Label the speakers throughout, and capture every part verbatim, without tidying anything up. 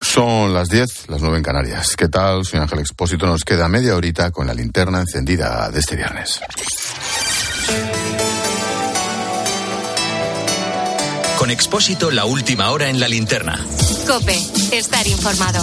Speaker 1: Son las diez, las nueve en Canarias. ¿Qué tal? Soy Ángel Expósito. Nos queda media horita con la linterna encendida de este viernes.
Speaker 2: Con Expósito, la última hora en la linterna.
Speaker 3: COPE, estar informado.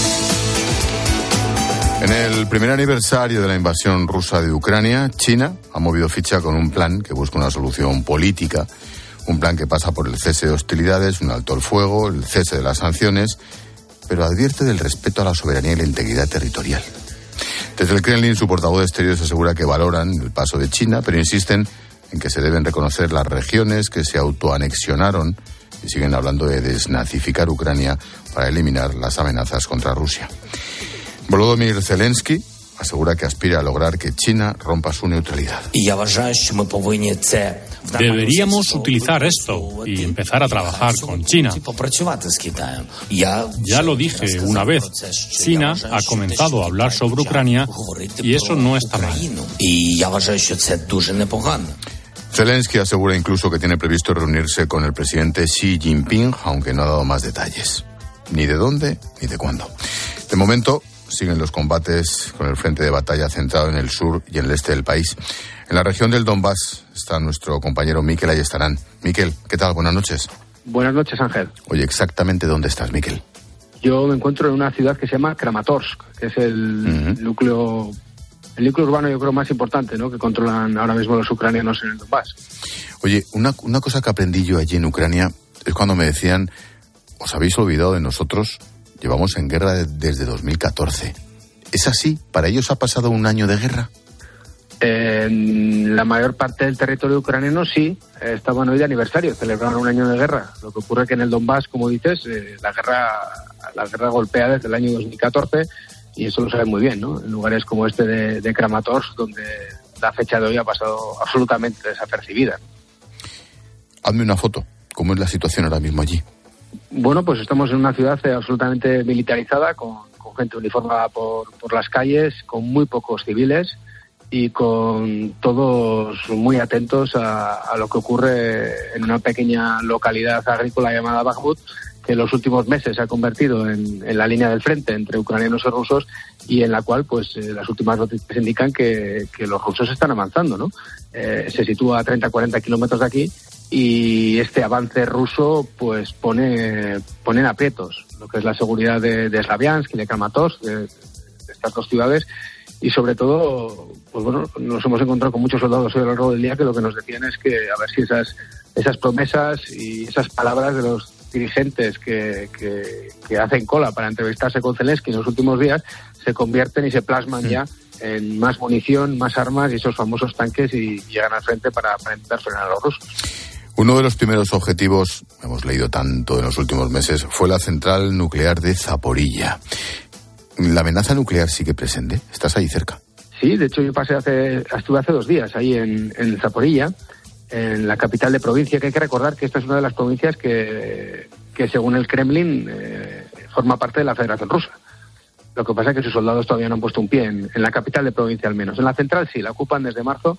Speaker 1: En el primer aniversario de la invasión rusa de Ucrania, China ha movido ficha con un plan que busca una solución política, un plan que pasa por el cese de hostilidades, un alto el fuego, el cese de las sanciones, pero advierte del respeto a la soberanía y la integridad territorial. Desde el Kremlin, su portavoz de Exteriores asegura que valoran el paso de China, pero insisten en que se deben reconocer las regiones que se autoanexionaron y siguen hablando de desnazificar Ucrania para eliminar las amenazas contra Rusia. Volodymyr Zelensky asegura que aspira a lograr que China rompa su neutralidad.
Speaker 4: Deberíamos utilizar esto y empezar a trabajar con China. Ya lo dije una vez, China ha comenzado a hablar sobre Ucrania y eso no está mal.
Speaker 1: Zelensky asegura incluso que tiene previsto reunirse con el presidente Xi Jinping, aunque no ha dado más detalles. Ni de dónde ni de cuándo. De momento, siguen los combates con el frente de batalla centrado en el sur y en el este del país. En la región del Donbass está nuestro compañero Miquel Ayestarán. Miquel, ¿qué tal? Buenas noches.
Speaker 5: Buenas noches, Ángel.
Speaker 1: Oye, ¿exactamente dónde estás, Miquel?
Speaker 5: Yo me encuentro en una ciudad que se llama Kramatorsk, que es el uh-huh. núcleo el núcleo urbano, yo creo, más importante, ¿no?, que controlan ahora mismo los ucranianos en el Donbass.
Speaker 1: Oye, una, una cosa que aprendí yo allí en Ucrania es cuando me decían, os habéis olvidado de nosotros. Llevamos en guerra desde dos mil catorce. ¿Es así? ¿Para ellos ha pasado un año de guerra?
Speaker 5: En la mayor parte del territorio ucraniano sí, estaban hoy de aniversario, celebraron un año de guerra. Lo que ocurre es que en el Donbass, como dices, eh, la guerra la guerra golpea desde el año dos mil catorce y eso lo saben muy bien, ¿no? En lugares como este de, de Kramatorsk, donde la fecha de hoy ha pasado absolutamente desapercibida.
Speaker 1: Hazme una foto. ¿Cómo es la situación ahora mismo allí?
Speaker 5: Bueno, pues estamos en una ciudad absolutamente militarizada, con, con gente uniformada por, por las calles, con muy pocos civiles y con todos muy atentos a, a lo que ocurre en una pequeña localidad agrícola llamada Bakhmut, que en los últimos meses se ha convertido en, en la línea del frente entre ucranianos y rusos y en la cual pues eh, las últimas noticias indican que, que los rusos están avanzando, ¿no? Eh, se sitúa a treinta a cuarenta kilómetros de aquí. Y este avance ruso pues pone, pone en aprietos lo que es la seguridad de, de Slaviansk y de Kramatorsk, de, de estas dos ciudades, y sobre todo, pues bueno, nos hemos encontrado con muchos soldados hoy a lo largo del día que lo que nos decían es que a ver si esas, esas promesas y esas palabras de los dirigentes que, que, que hacen cola para entrevistarse con Zelensky en los últimos días se convierten y se plasman sí. ya en más munición, más armas y esos famosos tanques y llegan al frente para, para intentar frenar a los rusos.
Speaker 1: Uno de los primeros objetivos, hemos leído tanto en los últimos meses, fue la central nuclear de Zaporilla. ¿La amenaza nuclear sigue presente? ¿Estás ahí cerca?
Speaker 5: Sí, de hecho yo pasé hace, estuve hace dos días ahí en, en Zaporilla, en la capital de provincia, que hay que recordar que esta es una de las provincias que, que según el Kremlin, eh, forma parte de la Federación Rusa. Lo que pasa es que sus soldados todavía no han puesto un pie en, en la capital de provincia al menos. En la central sí, la ocupan desde marzo.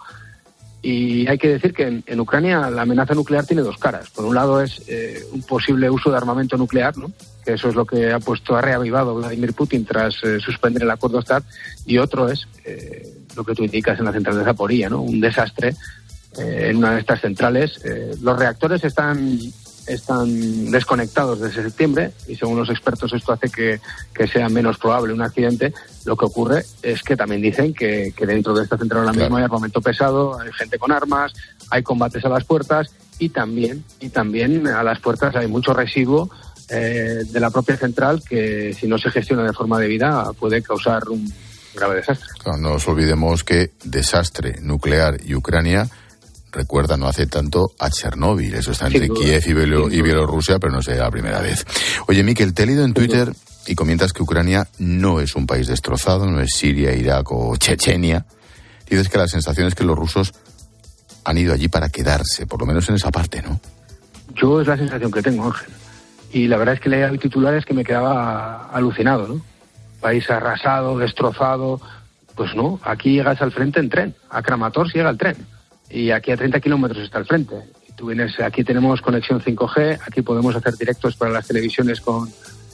Speaker 5: Y hay que decir que en, en Ucrania la amenaza nuclear tiene dos caras. Por un lado es eh, un posible uso de armamento nuclear, ¿no?, que eso es lo que ha puesto, ha reavivado Vladimir Putin tras eh, suspender el acuerdo START. Y otro es eh, lo que tú indicas en la central de Zaporilla, ¿no?, un desastre eh, en una de estas centrales. Eh, los reactores están están desconectados desde septiembre y según los expertos esto hace que, que sea menos probable un accidente. Lo que ocurre es que también dicen que, que dentro de esta central ahora mismo claro. hay armamento pesado, hay gente con armas, hay combates a las puertas y también y también a las puertas hay mucho residuo eh, de la propia central que si no se gestiona de forma debida puede causar un grave desastre.
Speaker 1: Claro, no nos olvidemos que desastre nuclear y Ucrania recuerda no hace tanto a Chernóbil. Eso está entre Kiev y, Bielo- y Bielorrusia, pero no será la primera vez. Oye, Miquel, te he leído en Twitter y comentas que Ucrania no es un país destrozado, no es Siria, Irak o Chechenia. Dices que la sensación es que los rusos han ido allí para quedarse, por lo menos en esa parte, ¿no?
Speaker 5: Yo es la sensación que tengo, Ángel. Y la verdad es que leía titulares que me quedaba alucinado, ¿no? País arrasado, destrozado. Pues no, aquí llegas al frente en tren. A Kramatorsk llega el tren. Y aquí a treinta kilómetros está el frente. Tú vienes, aquí tenemos conexión cinco G, aquí podemos hacer directos para las televisiones con,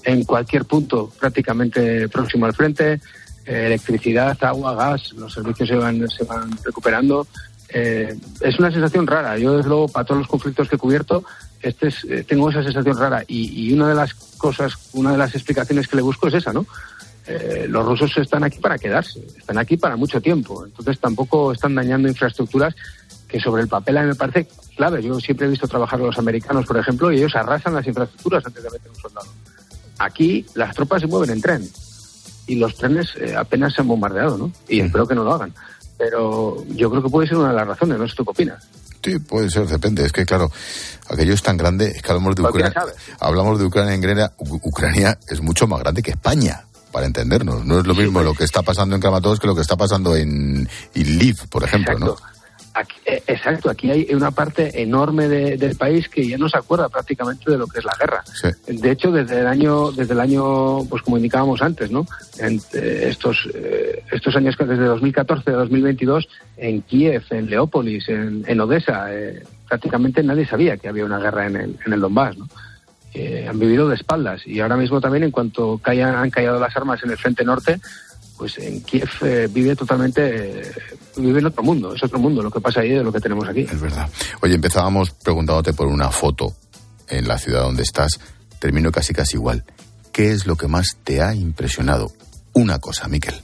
Speaker 5: en cualquier punto prácticamente próximo al frente, eh, electricidad, agua, gas, los servicios se van, se van recuperando. Eh, es una sensación rara. Yo, desde luego, para todos los conflictos que he cubierto, este es, eh, tengo esa sensación rara. Y, y una de las cosas, una de las explicaciones que le busco es esa, ¿no? Eh, los rusos están aquí para quedarse, están aquí para mucho tiempo. Entonces tampoco están dañando infraestructuras que sobre el papel a mí me parece clave. Yo siempre he visto trabajar a los americanos, por ejemplo, y ellos arrasan las infraestructuras antes de meter un soldado. Aquí las tropas se mueven en tren y los trenes eh, apenas se han bombardeado, ¿no? Y mm. espero que no lo hagan. Pero yo creo que puede ser una de las razones, no sé tú qué opinas.
Speaker 1: Sí, puede ser, depende. Es que, claro, aquello es tan grande, es que hablamos de Ucrania. Hablamos de Ucrania en Ucrania. Ucrania es mucho más grande que España, para entendernos. No es lo mismo sí, pues, lo que está pasando en Kramatorsk que lo que está pasando en Lviv, por ejemplo,
Speaker 5: exacto.
Speaker 1: ¿no?
Speaker 5: Aquí, eh, exacto, aquí hay una parte enorme de, del país que ya no se acuerda prácticamente de lo que es la guerra.
Speaker 1: Sí.
Speaker 5: De hecho, desde el año, desde el año, pues como indicábamos antes, ¿no? En, eh, estos eh, estos años que desde dos mil catorce a dos mil veintidós, en Kiev, en Leópolis, en, en Odessa, eh, prácticamente nadie sabía que había una guerra en el, en el Donbass, ¿no? Eh, han vivido de espaldas y ahora mismo también, en cuanto cayan, han callado las armas en el frente norte, pues en Kiev eh, vive totalmente, eh, vive en otro mundo, es otro mundo lo que pasa ahí de lo que tenemos aquí.
Speaker 1: Es verdad. Oye, empezábamos preguntándote por una foto en la ciudad donde estás, termino casi casi igual. ¿Qué es lo que más te ha impresionado? Una cosa, Miquel.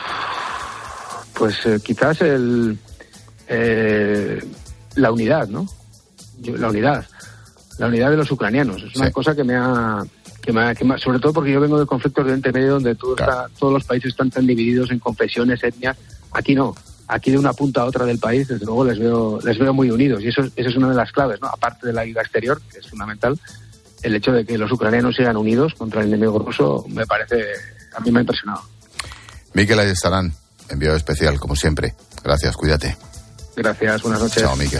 Speaker 5: Pues eh, quizás el eh, la unidad, ¿no? Yo, la unidad, la unidad de los ucranianos. Es una sí. cosa que me ha... Que me, que me, sobre todo porque yo vengo de conflictos de Oriente Medio donde todo claro. está, todos los países están tan divididos en confesiones, etnias. Aquí no, aquí de una punta a otra del país, desde luego les veo les veo muy unidos y eso, eso es una de las claves, ¿no? Aparte de la ayuda exterior, que es fundamental, el hecho de que los ucranianos sigan unidos contra el enemigo ruso me parece, a mí me ha impresionado.
Speaker 1: Miquel Ayestarán, enviado especial, como siempre. Gracias, cuídate.
Speaker 5: Gracias, buenas noches.
Speaker 1: Chao, Miquel.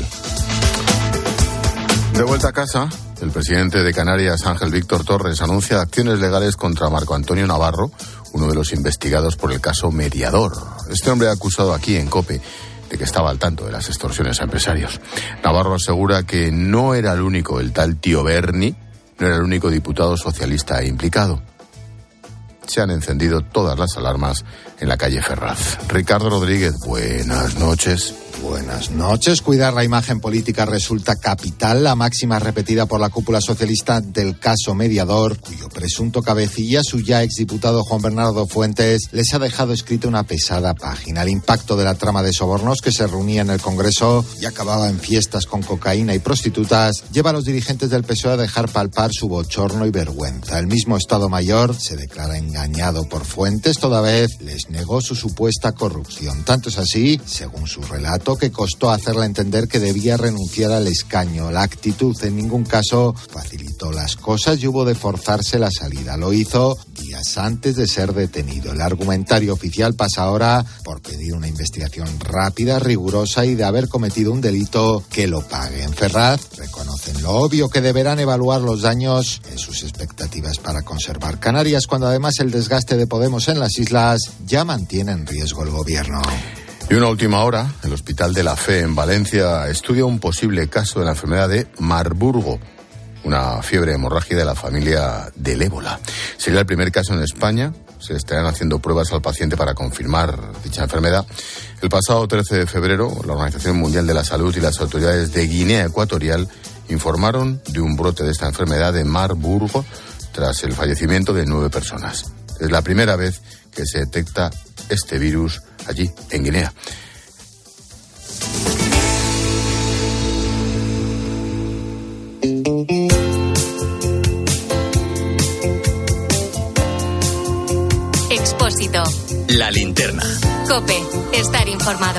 Speaker 1: De vuelta a casa, el presidente de Canarias, Ángel Víctor Torres, anuncia acciones legales contra Marco Antonio Navarro, uno de los investigados por el caso Mediador. Este hombre ha acusado aquí en COPE de que estaba al tanto de las extorsiones a empresarios. Navarro asegura que no era el único, el tal tío Berni, no era el único diputado socialista implicado. Se han encendido todas las alarmas en la calle Ferraz. Ricardo Rodríguez, buenas noches.
Speaker 6: Buenas noches. Cuidar la imagen política resulta capital. La máxima repetida por la cúpula socialista del caso Mediador, cuyo presunto cabecilla, su ya exdiputado Juan Bernardo Fuentes, les ha dejado escrita una pesada página. El impacto de la trama de sobornos que se reunía en el Congreso y acababa en fiestas con cocaína y prostitutas, lleva a los dirigentes del P S O E a dejar palpar su bochorno y vergüenza. El mismo Estado Mayor se declara engañado por Fuentes, toda vez les negó su supuesta corrupción. Tanto es así, según su relato, que costó hacerle entender que debía renunciar al escaño. La actitud en ningún caso facilitó las cosas y hubo de forzarse la salida. Lo hizo días antes de ser detenido. El argumentario oficial pasa ahora por pedir una investigación rápida, rigurosa y de haber cometido un delito que lo pague. En Ferraz reconocen lo obvio, que deberán evaluar los daños en sus expectativas para conservar Canarias, cuando además el desgaste de Podemos en las islas ya mantiene en riesgo el gobierno.
Speaker 1: Y una última hora, el Hospital de la Fe en Valencia estudia un posible caso de la enfermedad de Marburgo, una fiebre hemorrágica de la familia del ébola. Sería el primer caso en España. Se estarán haciendo pruebas al paciente para confirmar dicha enfermedad. El pasado trece de febrero, la Organización Mundial de la Salud y las autoridades de Guinea Ecuatorial informaron de un brote de esta enfermedad de Marburgo tras el fallecimiento de nueve personas. Es la primera vez que se detecta este virus allí, en Guinea.
Speaker 3: Expósito.
Speaker 2: La linterna.
Speaker 3: COPE. Estar informado.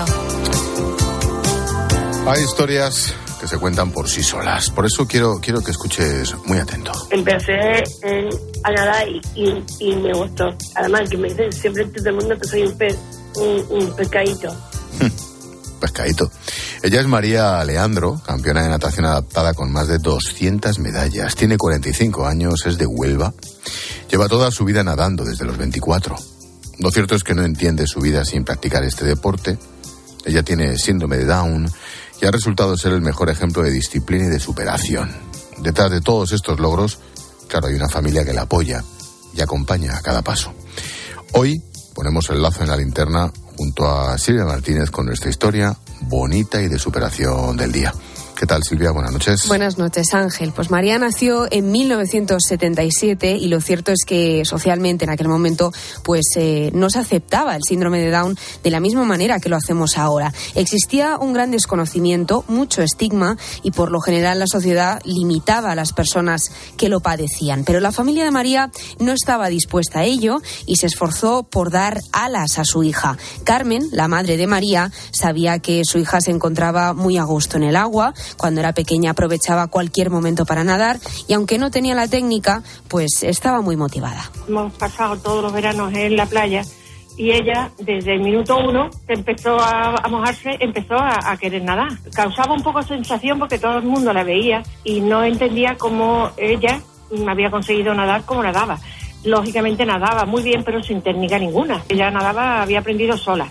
Speaker 1: Hay historias que se cuentan por sí solas. Por eso quiero quiero que escuches muy atento.
Speaker 7: Empecé en, a nadar y, y, y me gustó. Además, que me dicen siempre todo el mundo que soy un pez, un, un pescadito.
Speaker 1: Pescadito. Ella es María Leandro, campeona de natación adaptada con más de doscientas medallas. Tiene cuarenta y cinco años, es de Huelva. Lleva toda su vida nadando desde los veinticuatro. Lo cierto es que no entiende su vida sin practicar este deporte. Ella tiene síndrome de Down y ha resultado ser el mejor ejemplo de disciplina y de superación. Detrás de todos estos logros, claro, hay una familia que la apoya y acompaña a cada paso. Hoy ponemos el lazo en la linterna junto a Silvia Martínez con nuestra historia bonita y de superación del día. ¿Qué tal, Silvia? Buenas noches.
Speaker 8: Buenas noches, Ángel. Pues María nació en mil novecientos setenta y siete y lo cierto es que socialmente en aquel momento pues eh, no se aceptaba el síndrome de Down de la misma manera que lo hacemos ahora. Existía un gran desconocimiento, mucho estigma y por lo general la sociedad limitaba a las personas que lo padecían. Pero la familia de María no estaba dispuesta a ello y se esforzó por dar alas a su hija. Carmen, la madre de María, sabía que su hija se encontraba muy a gusto en el agua. Cuando era pequeña aprovechaba cualquier momento para nadar y aunque no tenía la técnica, pues estaba muy motivada.
Speaker 7: Hemos pasado todos los veranos en la playa y ella, desde el minuto uno, que empezó a, a mojarse, empezó a, a querer nadar. Causaba un poco de sensación porque todo el mundo la veía y no entendía cómo ella había conseguido nadar como nadaba. Lógicamente nadaba muy bien, pero sin técnica ninguna. Ella nadaba, había aprendido sola.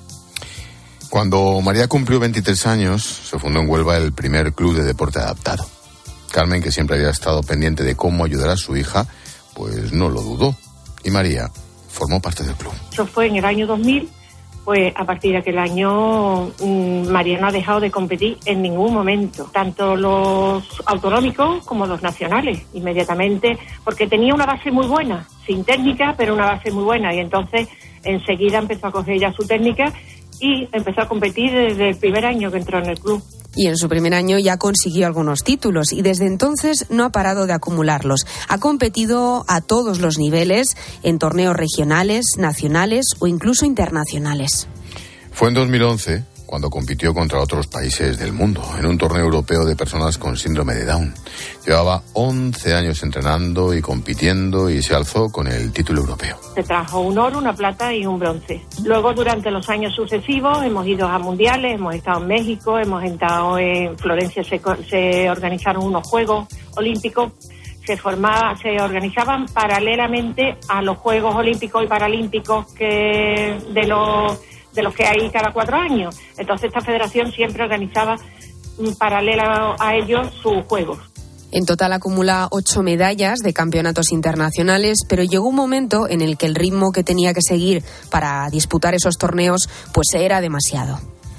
Speaker 1: Cuando María cumplió veintitrés años, se fundó en Huelva el primer club de deporte adaptado. Carmen, que siempre había estado pendiente de cómo ayudar a su hija, pues no lo dudó. Y María formó parte del club.
Speaker 7: Eso fue en el año dos mil, pues a partir de aquel año mmm, María no ha dejado de competir en ningún momento. Tanto los autonómicos como los nacionales, inmediatamente, porque tenía una base muy buena, sin técnica, pero una base muy buena. Y entonces enseguida empezó a coger ya su técnica y empezó a competir desde el primer año que entró en el club.
Speaker 8: Y en su primer año ya consiguió algunos títulos y desde entonces no ha parado de acumularlos. Ha competido a todos los niveles, en torneos regionales, nacionales o incluso internacionales.
Speaker 1: Fue en dos mil once cuando compitió contra otros países del mundo, en un torneo europeo de personas con síndrome de Down. Llevaba once años entrenando y compitiendo y se alzó con el título europeo.
Speaker 7: Se trajo un oro, una plata y un bronce. Luego, durante los años sucesivos, hemos ido a mundiales, hemos estado en México, hemos estado en Florencia, se, se organizaron unos Juegos Olímpicos. Se formaba, se organizaban paralelamente a los Juegos Olímpicos y Paralímpicos que de los de los que hay cada cuatro años. Entonces esta federación siempre organizaba paralela a ellos sus juegos.
Speaker 8: En total acumula ocho medallas de campeonatos internacionales, pero llegó un momento en el que el ritmo que tenía que seguir para disputar esos torneos pues era demasiado.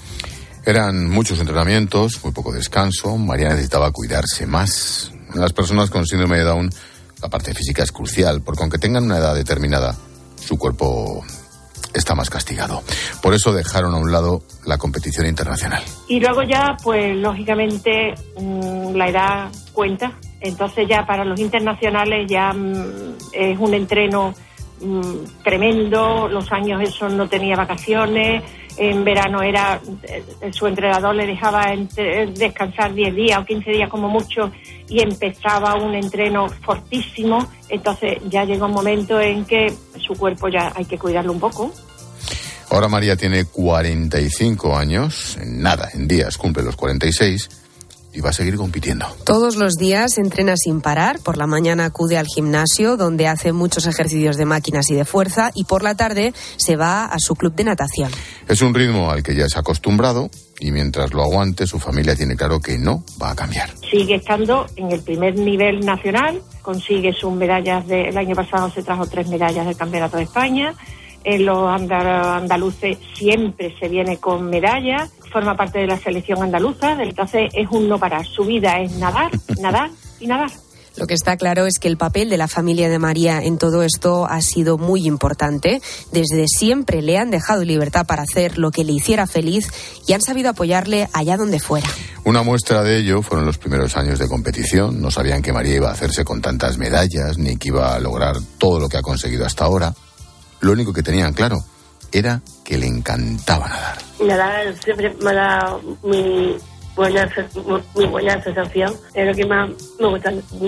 Speaker 1: Eran muchos entrenamientos, muy poco descanso. María necesitaba cuidarse más. En las personas con síndrome de Down la parte física es crucial, porque aunque tengan una edad determinada, su cuerpo está más castigado. Por eso dejaron a un lado la competición internacional.
Speaker 7: Y luego ya, pues lógicamente, mmm, la edad cuenta. Entonces ya para los internacionales ya mmm, es un entreno mmm, tremendo. Los años eso no tenía vacaciones. En verano era eh, su entrenador le dejaba entre, descansar diez días o quince días como mucho y empezaba un entreno fortísimo. Entonces ya llegó un momento en que su cuerpo ya hay que cuidarlo un poco.
Speaker 1: Ahora María tiene cuarenta y cinco años, en nada, en días cumple los cuarenta y seis y va a seguir compitiendo.
Speaker 8: Todos los días entrena sin parar. Por la mañana acude al gimnasio donde hace muchos ejercicios de máquinas y de fuerza y por la tarde se va a su club de natación.
Speaker 1: Es un ritmo al que ya se ha acostumbrado y mientras lo aguante su familia tiene claro que no va a cambiar.
Speaker 7: Sigue estando en el primer nivel nacional, consigue sus medallas, de, el año pasado se trajo tres medallas del Campeonato de España. En los andaluces siempre se viene con medallas, forma parte de la selección andaluza, entonces es un no parar. Su vida es nadar, nadar y nadar.
Speaker 8: Lo que está claro es que el papel de la familia de María en todo esto ha sido muy importante. Desde siempre le han dejado libertad para hacer lo que le hiciera feliz y han sabido apoyarle allá donde fuera.
Speaker 1: Una muestra de ello fueron los primeros años de competición. No sabían que María iba a hacerse con tantas medallas, ni que iba a lograr todo lo que ha conseguido hasta ahora. Lo único que tenían claro era que le encantaba nadar.
Speaker 7: Nadar siempre me ha dado muy buena, muy buena sensación. Es lo que más me gusta.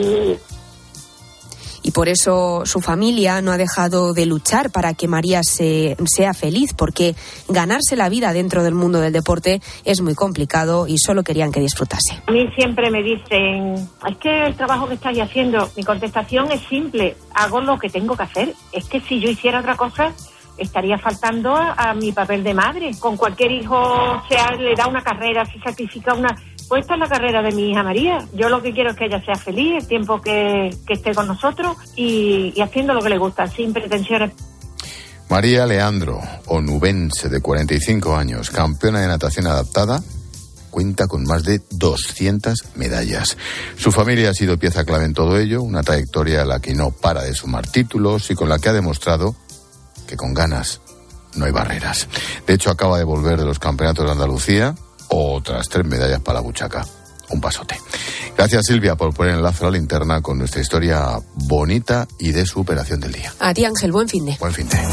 Speaker 8: Y por eso su familia no ha dejado de luchar para que María se, sea feliz, porque ganarse la vida dentro del mundo del deporte es muy complicado y solo querían que disfrutase.
Speaker 7: A mí siempre me dicen, es que el trabajo que estáis haciendo, mi contestación es simple, hago lo que tengo que hacer. Es que si yo hiciera otra cosa, estaría faltando a, a mi papel de madre. Con cualquier hijo, sea, le da una carrera, se sacrifica una... Pues esta es la carrera de mi hija María. Yo lo que quiero es que ella sea feliz el tiempo que, que esté con nosotros y, y haciendo lo que le gusta, sin pretensiones.
Speaker 1: María Leandro, onubense de cuarenta y cinco años, campeona de natación adaptada, cuenta con más de doscientas medallas. Su familia ha sido pieza clave en todo ello, una trayectoria a la que no para de sumar títulos y con la que ha demostrado que con ganas no hay barreras. De hecho, acaba de volver de los campeonatos de Andalucía, otras tres medallas para la buchaca. Un pasote. Gracias, Silvia, por poner el lazo a la linterna con nuestra historia bonita y de superación del día.
Speaker 8: A ti, Ángel, buen fin de.
Speaker 1: Buen fin de.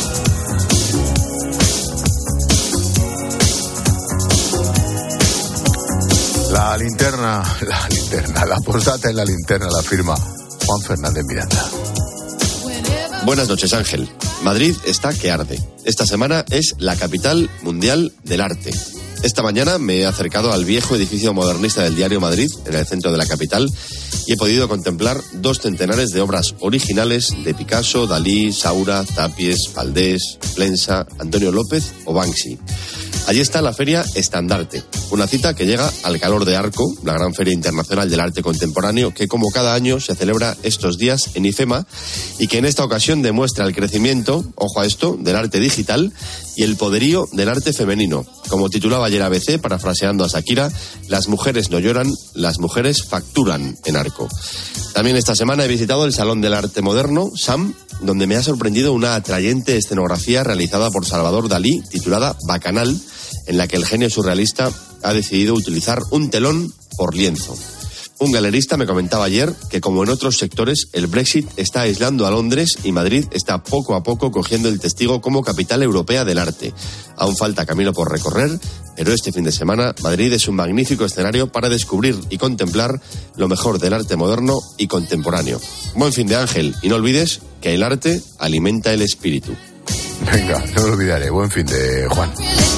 Speaker 1: La linterna, la linterna, la postdata en la linterna la firma Juan Fernández Miranda.
Speaker 9: Buenas noches, Ángel. Madrid está que arde. Esta semana es la capital mundial del arte. Esta mañana me he acercado al viejo edificio modernista del Diario Madrid, en el centro de la capital, y he podido contemplar dos centenares de obras originales de Picasso, Dalí, Saura, Tapies, Valdés, Plensa, Antonio López o Banksy. Allí está la Feria Estandarte, una cita que llega al calor de Arco, la gran feria internacional del arte contemporáneo, que como cada año se celebra estos días en IFEMA y que en esta ocasión demuestra el crecimiento, ojo a esto, del arte digital y el poderío del arte femenino. Como titulaba ayer A B C, parafraseando a Shakira, las mujeres no lloran, las mujeres facturan en Arco. También esta semana he visitado el Salón del Arte Moderno, S A M, donde me ha sorprendido una atrayente escenografía realizada por Salvador Dalí, titulada Bacanal, en la que el genio surrealista ha decidido utilizar un telón por lienzo. Un galerista me comentaba ayer que, como en otros sectores, el Brexit está aislando a Londres y Madrid está poco a poco cogiendo el testigo como capital europea del arte. Aún falta camino por recorrer, pero este fin de semana Madrid es un magnífico escenario para descubrir y contemplar lo mejor del arte moderno y contemporáneo. Buen fin de, Ángel, y no olvides que el arte alimenta el espíritu.
Speaker 1: Venga, no lo olvidaré. Buen fin de, Juan.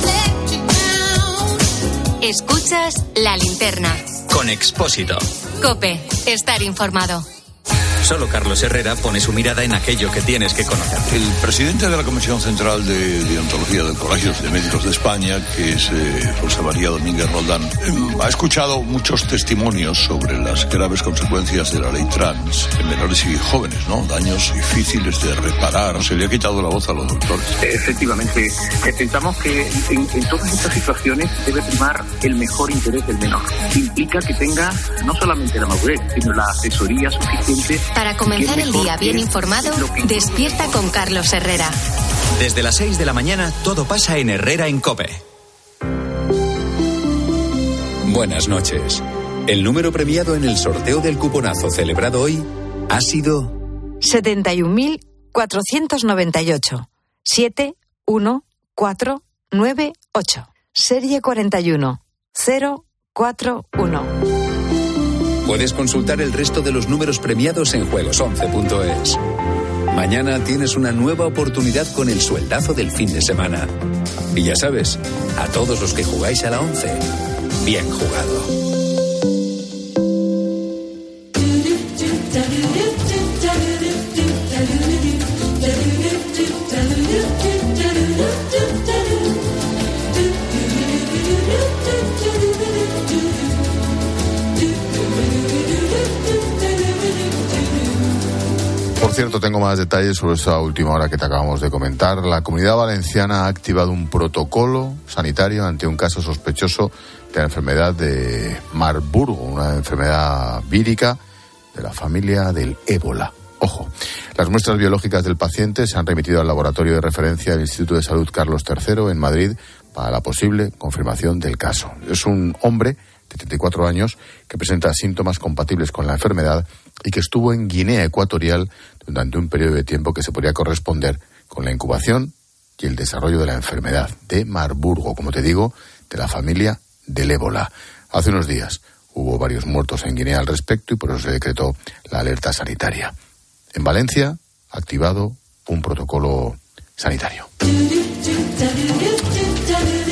Speaker 3: Escuchas La Linterna.
Speaker 2: Con Expósito.
Speaker 3: COPE. Estar informado.
Speaker 2: Solo Carlos Herrera pone su mirada en aquello que tienes que conocer.
Speaker 10: El presidente de la Comisión Central de Deontología del Colegio de Médicos de España, que es eh, José María Domínguez Roldán, eh, ha escuchado muchos testimonios sobre las graves consecuencias de la ley trans en menores y jóvenes, ¿no? Daños difíciles de reparar. Se le ha quitado la voz a los doctores.
Speaker 11: Efectivamente. Pensamos que en, en todas estas situaciones debe primar el mejor interés del menor. Implica que tenga no solamente la madurez, sino la asesoría suficiente.
Speaker 3: Para comenzar el día bien informado, despierta con Carlos Herrera.
Speaker 2: Desde las seis de la mañana, todo pasa en Herrera en COPE.
Speaker 12: Buenas noches. El número premiado en el sorteo del cuponazo celebrado hoy ha sido
Speaker 13: setenta y un mil cuatrocientos noventa y ocho. siete uno cuatro nueve ocho. Serie cuarenta y uno cero cuatro uno.
Speaker 12: Puedes consultar el resto de los números premiados en juegos once punto es. Mañana tienes una nueva oportunidad con el sueldazo del fin de semana. Y ya sabes, a todos los que jugáis a la once, bien jugado.
Speaker 1: Por cierto, tengo más detalles sobre esa última hora que te acabamos de comentar. La Comunidad Valenciana ha activado un protocolo sanitario ante un caso sospechoso de la enfermedad de Marburgo, una enfermedad vírica de la familia del ébola. Ojo, las muestras biológicas del paciente se han remitido al laboratorio de referencia del Instituto de Salud Carlos tercero en Madrid para la posible confirmación del caso. Es un hombre de treinta y cuatro años que presenta síntomas compatibles con la enfermedad y que estuvo en Guinea Ecuatorial durante un periodo de tiempo que se podría corresponder con la incubación y el desarrollo de la enfermedad de Marburgo, como te digo, de la familia del ébola. Hace unos días hubo varios muertos en Guinea al respecto y por eso se decretó la alerta sanitaria. En Valencia, activado un protocolo sanitario.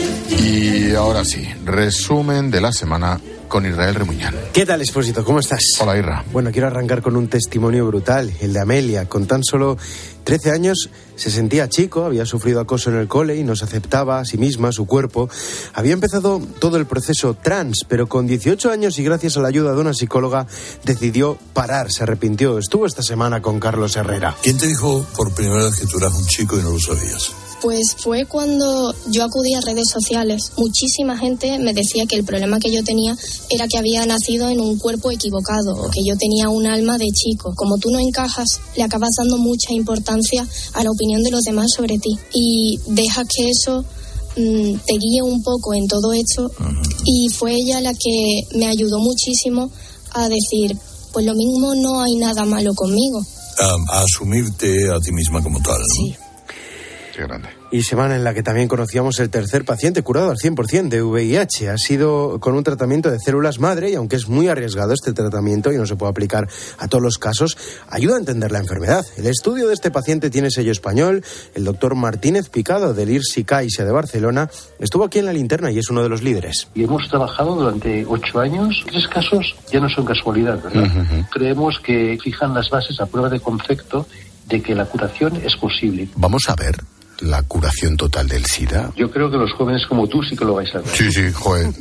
Speaker 1: Y ahora sí, resumen de la semana con Israel Remuñán.
Speaker 14: ¿Qué tal, Expósito? ¿Cómo estás?
Speaker 1: Hola, Irra.
Speaker 14: Bueno, quiero arrancar con un testimonio brutal, el de Amelia. Con tan solo trece años se sentía chico, había sufrido acoso en el cole y no se aceptaba a sí misma, su cuerpo. Había empezado todo el proceso trans, pero con dieciocho años y gracias a la ayuda de una psicóloga decidió parar, se arrepintió. Estuvo esta semana con Carlos Herrera.
Speaker 10: ¿Quién te dijo por primera vez que tú eras un chico y no lo sabías?
Speaker 15: Pues fue cuando yo acudí a redes sociales. Muchísima gente me decía que el problema que yo tenía era que había nacido en un cuerpo equivocado o que yo tenía un alma de chico. Como tú no encajas, le acabas dando mucha importancia a la opinión de los demás sobre ti y dejas que eso mmm, te guíe un poco en todo esto. Uh-huh. Y fue ella la que me ayudó muchísimo a decir, pues lo mismo, no hay nada malo conmigo.
Speaker 10: Um, a asumirte a ti misma como tal, ¿no?
Speaker 15: Sí.
Speaker 1: Qué grande.
Speaker 14: Y semana en la que también conocíamos el tercer paciente curado al cien por ciento de V I H. Ha sido con un tratamiento de células madre y aunque es muy arriesgado este tratamiento y no se puede aplicar a todos los casos, ayuda a entender la enfermedad. El estudio de este paciente tiene sello español. El doctor Martínez Picado del I R S I Caixa de Barcelona estuvo aquí en La Linterna y es uno de los líderes.
Speaker 16: Y hemos trabajado durante ocho años. Tres casos ya no son casualidad, ¿verdad? Uh-huh. Creemos que fijan las bases a prueba de concepto de que la curación es posible.
Speaker 1: Vamos a ver la curación total del SIDA.
Speaker 16: Yo creo que los jóvenes como tú sí que lo vais a ver.
Speaker 1: Sí, sí, joven.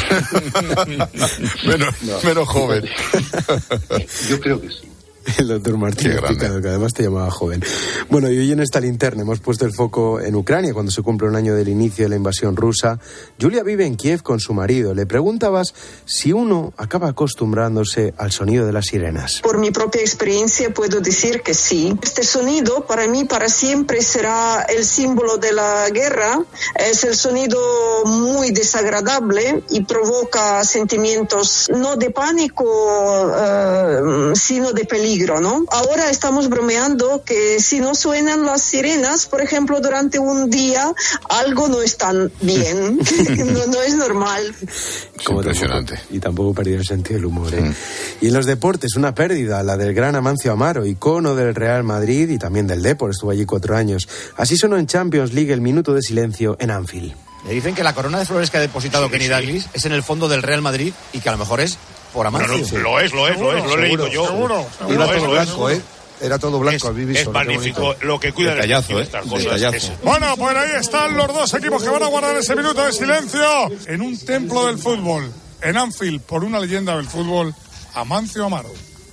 Speaker 1: menos, no, menos joven.
Speaker 16: Yo creo que sí.
Speaker 14: El doctor Martínez Picado, que además te llamaba joven. Bueno, y hoy en esta linterna hemos puesto el foco en Ucrania, cuando se cumple un año del inicio de la invasión rusa. Julia vive en Kiev con su marido. Le preguntabas si uno acaba acostumbrándose al sonido de las sirenas.
Speaker 17: Por mi propia experiencia puedo decir que sí. Este sonido para mí para siempre será el símbolo de la guerra. Es el sonido muy desagradable y provoca sentimientos no de pánico, uh, sino de peligro. ¿No? Ahora estamos bromeando que si no suenan las sirenas, por ejemplo, durante un día, algo no está bien, no, no es normal.
Speaker 1: Como impresionante.
Speaker 14: Tampoco, y tampoco perdió el sentido del humor. ¿eh? Mm. Y en los deportes, una pérdida, la del gran Amancio Amaro, icono del Real Madrid y también del Depor, estuvo allí cuatro años. Así sonó en Champions League el minuto de silencio en Anfield.
Speaker 18: Le dicen que la corona de flores que ha depositado sí, Kenny sí. Dalglish es en el fondo del Real Madrid y que a lo mejor es por Amancio.
Speaker 19: No, no, lo es, lo es, lo es, lo he leído yo.
Speaker 20: Seguro, seguro. Era todo blanco, ¿eh? Era todo blanco.
Speaker 19: Es, es magnífico lo que cuida
Speaker 20: de
Speaker 19: ¿eh?
Speaker 20: estas cosas. Es...
Speaker 19: Bueno, pues ahí están los dos equipos que van a guardar ese minuto de silencio en un templo del fútbol, en Anfield, por una leyenda del fútbol, Amancio Amaro.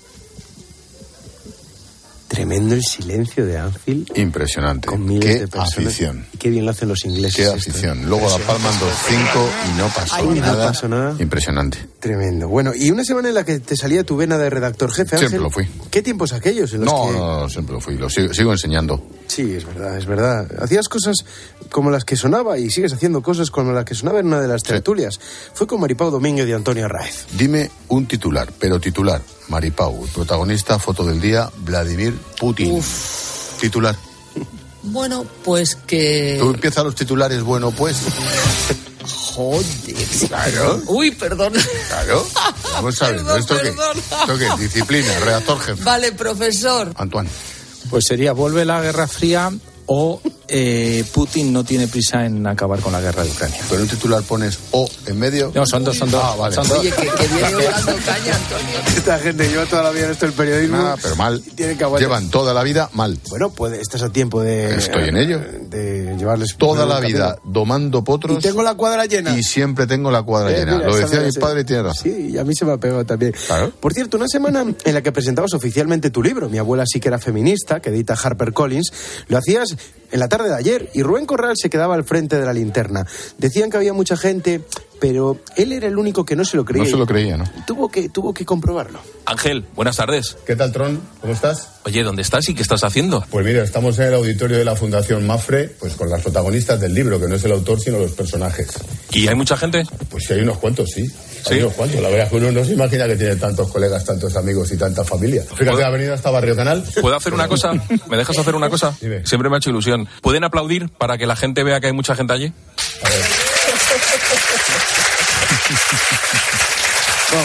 Speaker 14: Tremendo el silencio de Anfield.
Speaker 1: Impresionante.
Speaker 14: Con miles
Speaker 1: qué
Speaker 14: de personas.
Speaker 1: Afición.
Speaker 14: Y qué bien lo hacen los ingleses.
Speaker 1: Qué afición. Esto. Luego la palman dos cinco y no pasó
Speaker 14: Ay,
Speaker 1: nada.
Speaker 14: No pasó nada.
Speaker 1: Impresionante.
Speaker 14: Tremendo. Bueno, y una semana en la que te salía tu vena de redactor jefe, Ángel.
Speaker 1: Siempre lo fui.
Speaker 14: ¿Qué tiempos aquellos en los
Speaker 1: no,
Speaker 14: que...?
Speaker 1: No, no, siempre lo fui. Lo sigo, sigo enseñando.
Speaker 14: Sí, es verdad, es verdad. Hacías cosas como las que sonaba y sigues haciendo cosas como las que sonaba en una de las tertulias. Sí. Fue con Maripau Domínguez y Antonio Arraez.
Speaker 1: Dime un titular, pero titular. Maripau, protagonista, foto del día, Vladimir Putin.
Speaker 21: Uf.
Speaker 1: Titular.
Speaker 21: Bueno, pues que...
Speaker 1: Tú empiezas los titulares, bueno, pues...
Speaker 21: Joder.
Speaker 1: Claro.
Speaker 21: Uy, perdón.
Speaker 1: Claro. Vamos a ver, ¿esto qué? ¿Esto qué? Disciplina, redactor jefe.
Speaker 21: Vale, profesor.
Speaker 1: Antoine.
Speaker 22: Pues sería, vuelve la Guerra Fría o eh, Putin no tiene prisa en acabar con la guerra de Ucrania.
Speaker 1: Pero en un titular pones O en medio.
Speaker 22: No, son dos, son dos.
Speaker 1: Ah, vale.
Speaker 22: Son
Speaker 21: Oye, que, que viene volando caña, Antonio.
Speaker 14: Esta gente lleva toda la vida en esto el periodismo.
Speaker 1: Nada, pero mal.
Speaker 14: Tienen que
Speaker 1: Llevan toda la vida mal.
Speaker 14: Bueno, pues estás a tiempo de...
Speaker 1: Estoy en ello.
Speaker 14: De llevarles...
Speaker 1: Toda la vida camino. Domando potros.
Speaker 14: Y tengo la cuadra llena.
Speaker 1: Y siempre tengo la cuadra eh, llena. Mira, Lo decía mi padre y tiene razón.
Speaker 14: Sí, y a mí se me ha pegado también.
Speaker 1: Claro.
Speaker 14: Por cierto, una semana en la que presentabas oficialmente tu libro, Mi abuela sí que era feminista, que edita HarperCollins, lo hacías en la tarde de ayer y Rubén Corral se quedaba al frente de la linterna. Decían que había mucha gente, pero él era el único que no se lo creía.
Speaker 1: No se lo creía, ¿no?
Speaker 14: Tuvo que, tuvo que comprobarlo.
Speaker 23: Ángel, buenas tardes.
Speaker 24: ¿Qué tal, Tron? ¿Cómo estás?
Speaker 23: Oye, ¿dónde estás y qué estás haciendo?
Speaker 24: Pues mira, estamos en el auditorio de la Fundación Mafre, pues con las protagonistas del libro, que no es el autor, sino los personajes.
Speaker 23: ¿Y hay mucha gente?
Speaker 24: Pues sí, hay unos cuantos, sí.
Speaker 23: ¿Sí?
Speaker 24: Hay unos cuantos. La verdad es que uno no se imagina que tiene tantos colegas, tantos amigos y tanta familia. Fíjate, ha venido hasta Barrio Canal.
Speaker 23: ¿Puedo hacer una cosa? ¿Me dejas hacer una cosa?
Speaker 24: Dime.
Speaker 23: Siempre me ha hecho ilusión. ¿Pueden aplaudir para que la gente vea que hay mucha gente allí?
Speaker 24: A ver.
Speaker 14: Vamos.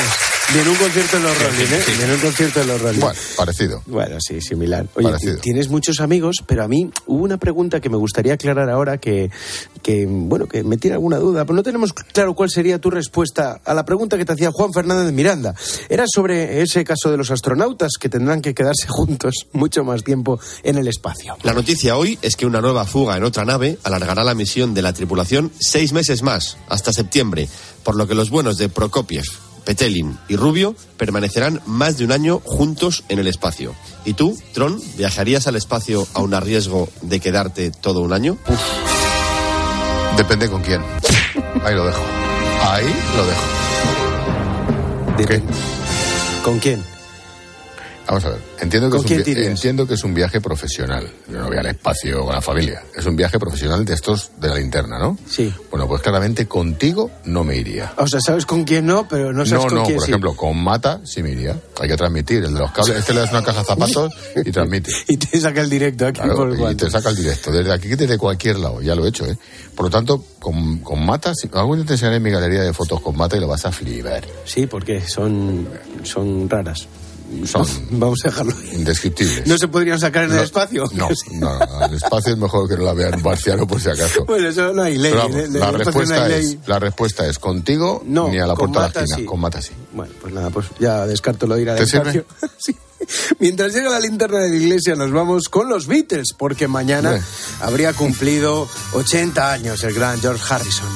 Speaker 14: Ni en un concierto de los Rolling, ¿eh?
Speaker 1: Sí.
Speaker 14: Ni en un concierto de los Rolling.
Speaker 1: Bueno, parecido.
Speaker 14: Bueno, sí, similar. Oye,
Speaker 1: Parecido.
Speaker 14: tienes muchos amigos, pero a mí hubo una pregunta que me gustaría aclarar ahora que, que, bueno, que me tiene alguna duda. Pero no tenemos claro cuál sería tu respuesta a la pregunta que te hacía Juan Fernández de Miranda. Era sobre ese caso de los astronautas que tendrán que quedarse juntos mucho más tiempo en el espacio.
Speaker 9: La noticia hoy es que una nueva fuga en otra nave alargará la misión de la tripulación seis meses más, hasta septiembre, por lo que los vuelos de Prokopiev, Petelin y Rubio permanecerán más de un año juntos en el espacio. ¿Y tú, Tron, viajarías al espacio aun a riesgo de quedarte todo un año?
Speaker 1: Uf. Depende con quién. Ahí lo dejo. Ahí lo dejo.
Speaker 14: ¿De qué? ¿Con quién?
Speaker 1: Vamos a ver, entiendo que,
Speaker 14: ¿Con
Speaker 1: es un,
Speaker 14: quién
Speaker 1: vi- entiendo que es un viaje profesional. Yo no voy al espacio con la familia. Es un viaje profesional de estos de la linterna, ¿no?
Speaker 14: Sí.
Speaker 1: Bueno, pues claramente contigo no me iría.
Speaker 14: O sea, ¿sabes con quién no? Pero no sabes
Speaker 1: No,
Speaker 14: con
Speaker 1: no,
Speaker 14: quién
Speaker 1: por
Speaker 14: sí.
Speaker 1: ejemplo, con Mata sí me iría. Hay que transmitir. El de los cables, este le das una caja de zapatos y transmite.
Speaker 14: Y te saca el directo aquí
Speaker 1: Claro,
Speaker 14: por el
Speaker 1: y
Speaker 14: cuarto.
Speaker 1: te saca el directo. Desde aquí, desde cualquier lado. Ya lo he hecho, ¿eh? Por lo tanto, con, con Mata, si, algún día te enseñaré mi galería de fotos con Mata y lo vas a flipar.
Speaker 14: Sí, porque son, son raras.
Speaker 1: Son
Speaker 14: Vamos a dejarlo.
Speaker 1: indescriptibles.
Speaker 14: ¿No se podrían sacar en
Speaker 1: No,
Speaker 14: el espacio?
Speaker 1: No, no, no, el espacio es mejor que no la vea un marciano por si acaso.
Speaker 14: Bueno, eso no hay ley.
Speaker 1: Pero vamos,
Speaker 14: en el
Speaker 1: la,
Speaker 14: espacio
Speaker 1: respuesta
Speaker 14: no hay
Speaker 1: es,
Speaker 14: ley.
Speaker 1: la respuesta es contigo
Speaker 14: No,
Speaker 1: ni a la
Speaker 14: con
Speaker 1: puerta de
Speaker 14: Mata
Speaker 1: la esquina.
Speaker 14: sí.
Speaker 1: Con Mata sí.
Speaker 14: Bueno, pues nada, pues ya descarto lo de ir al
Speaker 1: ¿Te
Speaker 14: espacio.
Speaker 1: sirve?
Speaker 14: Sí. Mientras llega la linterna de la iglesia nos vamos con los Beatles, porque mañana
Speaker 1: Bien.
Speaker 14: habría cumplido ochenta años el gran George Harrison.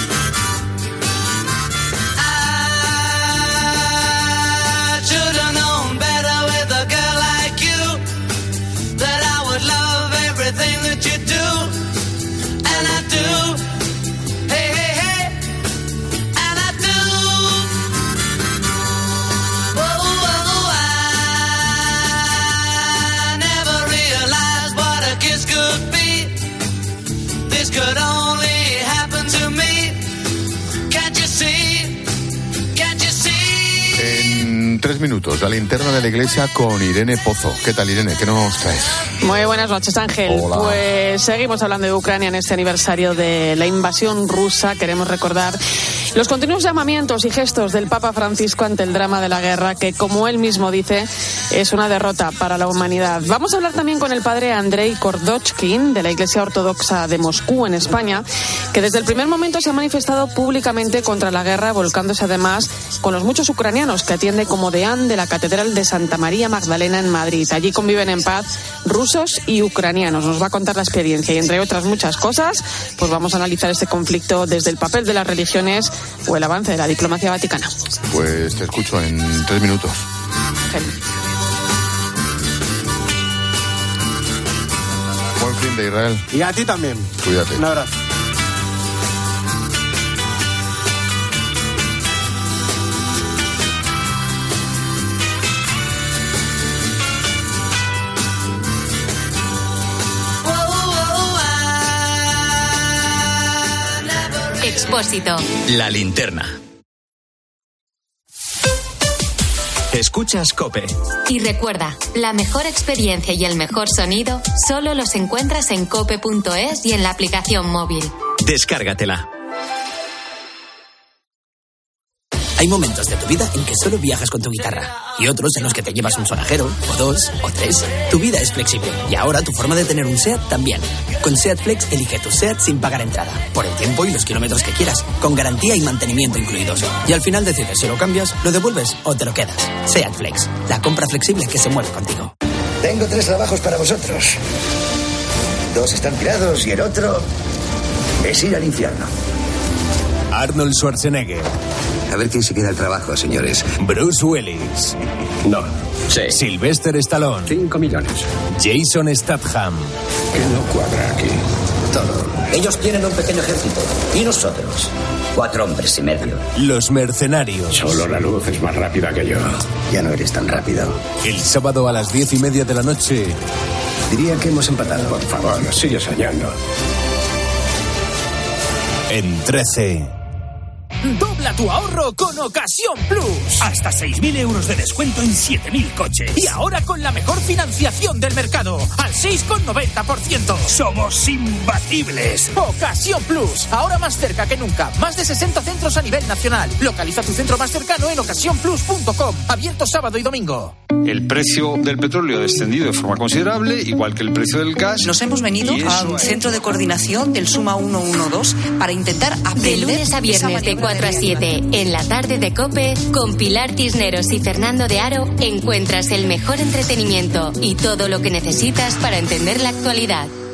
Speaker 4: Could only happen to me. Can't you see? Can't you see?
Speaker 1: En tres minutos, la linterna de la iglesia con Irene Pozo. ¿Qué tal, Irene? ¿Qué nos traes?
Speaker 5: Muy buenas noches, Ángel.
Speaker 1: Hola.
Speaker 5: Pues seguimos hablando de Ucrania en este aniversario de la invasión rusa. Queremos recordar los continuos llamamientos y gestos del Papa Francisco ante el drama de la guerra, que, como él mismo dice, es una derrota para la humanidad. Vamos a hablar también con el padre Andrei Kordochkin, de la Iglesia Ortodoxa de Moscú, en España, que desde el primer momento se ha manifestado públicamente contra la guerra, volcándose además con los muchos ucranianos que atiende como deán de la Catedral de Santa María Magdalena en Madrid. Allí conviven en paz rusos y ucranianos. Nos va a contar la experiencia y, entre otras muchas cosas, pues vamos a analizar este conflicto desde el papel de las religiones o el avance de la diplomacia vaticana.
Speaker 1: Pues te escucho en tres minutos.
Speaker 5: Genial.
Speaker 1: Buen fin de Israel.
Speaker 14: Y a ti también.
Speaker 1: Cuídate.
Speaker 14: Un abrazo.
Speaker 3: Expósito.
Speaker 2: La linterna. Escuchas COPE.
Speaker 3: Y recuerda, la mejor experiencia y el mejor sonido solo los encuentras en cope punto es y en la aplicación móvil.
Speaker 2: Descárgatela.
Speaker 6: Hay momentos de tu vida en que solo viajas con tu guitarra y otros en los que te llevas un sonajero, o dos, o tres. Tu vida es flexible y ahora tu forma de tener un SEAT también. Con SEAT Flex elige tu SEAT sin pagar entrada, por el tiempo y los kilómetros que quieras, con garantía y mantenimiento incluidos. Y al final decides si lo cambias, lo devuelves o te lo quedas. SEAT Flex, la compra flexible que se mueve contigo.
Speaker 7: Tengo tres trabajos para vosotros. Dos están tirados y el otro es ir al infierno.
Speaker 25: Arnold Schwarzenegger.
Speaker 7: A ver quién se queda el trabajo, señores.
Speaker 25: Bruce Willis.
Speaker 7: No.
Speaker 25: Sí. Sylvester Stallone.
Speaker 7: Cinco millones.
Speaker 25: Jason Statham.
Speaker 7: ¿Qué no cuadra aquí? Todo. Ellos tienen un pequeño ejército. ¿Y nosotros? Cuatro hombres y medio.
Speaker 25: Los Mercenarios.
Speaker 7: Solo la luz es más rápida que yo. Ya no eres tan rápido.
Speaker 25: El sábado a las diez y media de la noche.
Speaker 7: Diría que hemos empatado. Por favor, sigue soñando.
Speaker 25: En trece.
Speaker 8: Dobla tu ahorro con Ocasión Plus. Hasta seis mil euros de descuento en siete mil coches. Y ahora con la mejor financiación del mercado, al seis coma noventa por ciento. Somos imbatibles. Ocasión Plus, ahora más cerca que nunca. Más de sesenta centros a nivel nacional. Localiza tu centro más cercano en ocasión plus punto com. Abierto sábado y domingo.
Speaker 10: El precio del petróleo ha descendido de forma considerable, igual que el precio del gas.
Speaker 11: Nos hemos venido al centro de coordinación del Suma ciento doce para intentar aprender.
Speaker 3: De lunes a viernes de cuatro a siete, en la tarde de COPE, con Pilar Cisneros y Fernando de Aro, encuentras el mejor entretenimiento y todo lo que necesitas para entender la actualidad.